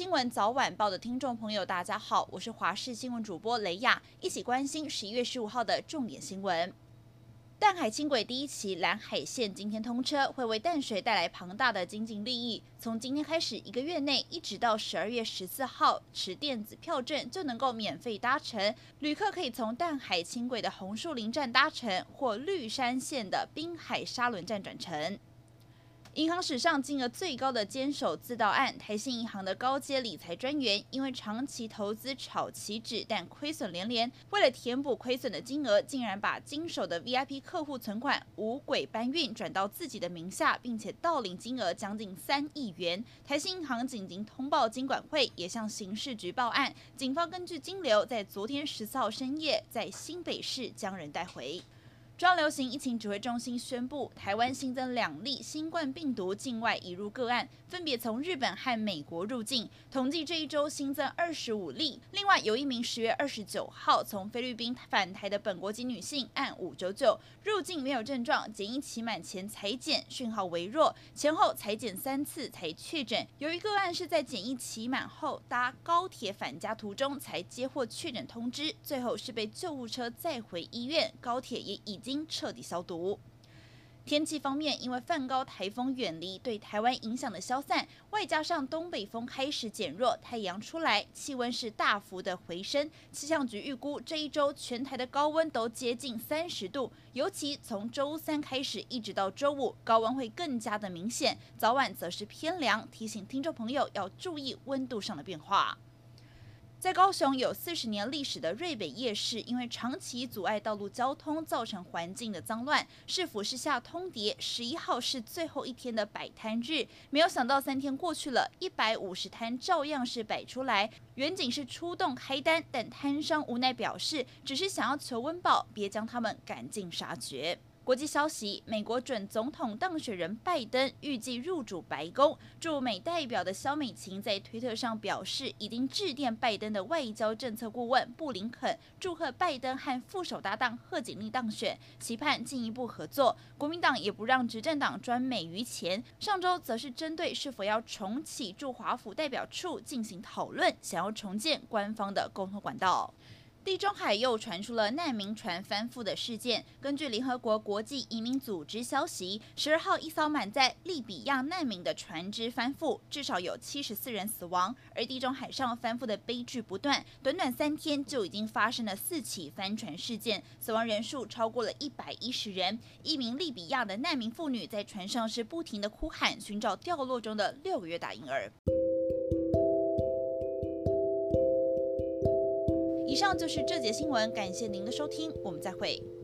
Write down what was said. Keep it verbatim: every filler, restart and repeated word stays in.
新闻早晚报的听众朋友，大家好，我是华视新闻主播雷亚，一起关心十一月十五号的重点新闻。淡海轻轨第一期蓝海线今天通车，会为淡水带来庞大的经济利益。从今天开始，一个月内一直到十二月十四号，持电子票证就能够免费搭乘。旅客可以从淡海轻轨的红树林站搭乘，或绿山线的滨海沙仑站转乘。银行史上金额最高的监守自盗案，台信银行的高阶理财专员因为长期投资炒期指，但亏损连连，为了填补亏损的金额，竟然把经手的 V I P 客户存款五轨搬运转到自己的名下，并且盗领金额将近三亿元。台信银行紧急通报金管会，也向刑事局报案。警方根据金流，在昨天十四号深夜，在新北市将人带回。中央流行疫情指挥中心宣布，台湾新增两例新冠病毒境外移入个案，分别从日本和美国入境。统计这一周新增二十五例。另外有一名十月二十九号从菲律宾返台的本国籍女性，按五九九入境没有症状，检疫期满前采检，讯号微弱，前后采检三次才确诊。由于个案是在检疫期满后搭高铁返家途中才接获确诊通知，最后是被救护车载回医院，高铁也已经彻底消毒。天气方面，因为梵高台风远离，对台湾影响的消散，外加上东北风开始减弱，太阳出来，气温是大幅的回升。气象局预估这一周全台的高温都接近三十度，尤其从周三开始一直到周五，高温会更加的明显，早晚则是偏凉，提醒听众朋友要注意温度上的变化。在高雄有四十年历史的瑞北夜市，因为长期阻碍道路交通，造成环境的脏乱。市府是下通牒，十一号是最后一天的摆摊日，没有想到三天过去了，一百五十摊照样是摆出来。远景是出动开单，但摊商无奈表示，只是想要求温饱，别将他们赶尽杀绝。国际消息，美国准总统当选人拜登预计入主白宫。驻美代表的萧美琴在推特上表示，已经致电拜登的外交政策顾问布林肯，祝贺拜登和副手搭档贺锦丽当选，期盼进一步合作。国民党也不让执政党专美于前，上周则是针对是否要重启驻华府代表处进行讨论，想要重建官方的沟通管道。地中海又传出了难民船翻覆的事件。根据联合国国际移民组织消息，十二号一艘满载利比亚难民的船只翻覆，至少有七十四人死亡。而地中海上翻覆的悲剧不断，短短三天就已经发生了四起翻船事件，死亡人数超过了一百一十人。一名利比亚的难民妇女在船上是不停的哭喊，寻找掉落中的六个月大婴儿。以上就是这节新闻，感谢您的收听，我们再会。